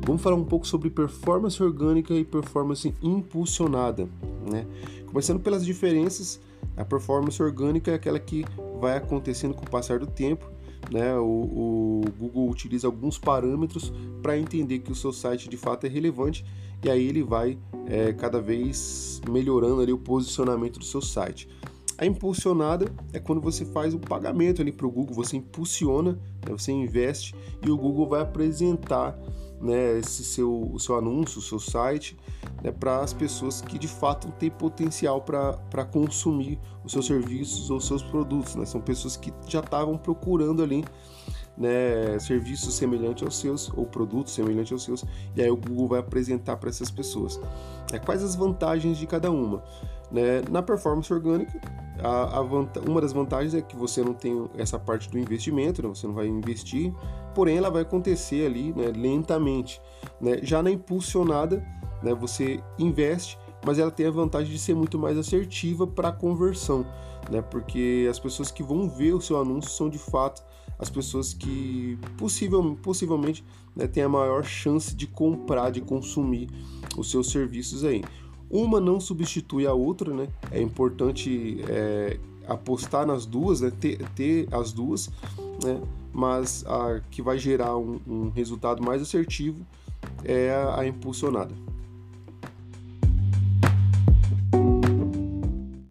Vamos falar um pouco sobre performance orgânica e performance impulsionada, né? Começando pelas diferenças, a performance orgânica é aquela que vai acontecendo com o passar do tempo, né? O Google utiliza alguns parâmetros para entender que o seu site de fato é relevante e aí ele vai cada vez melhorando ali o posicionamento do seu site. A impulsionada é quando você faz o pagamento ali para o Google, você impulsiona, né, você investe e o Google vai apresentar, né, o seu anúncio, o seu site, né, para as pessoas que de fato têm potencial para consumir os seus serviços ou seus produtos, né? São pessoas que já estavam procurando ali, né, serviços semelhantes aos seus ou produtos semelhantes aos seus, e aí o Google vai apresentar para essas pessoas. Quais as vantagens de cada uma? Né? Na performance orgânica, uma das vantagens é que você não tem essa parte do investimento, né? Você não vai investir, porém ela vai acontecer ali, né, lentamente. Né? Já na impulsionada, né, você investe, mas ela tem a vantagem de ser muito mais assertiva para a conversão, né? Porque as pessoas que vão ver o seu anúncio são de fato as pessoas que possivelmente, né, têm a maior chance de comprar, de consumir os seus serviços aí. Uma não substitui a outra, né? É importante apostar nas duas, né? ter as duas, né? Mas a que vai gerar um resultado mais assertivo é a impulsionada.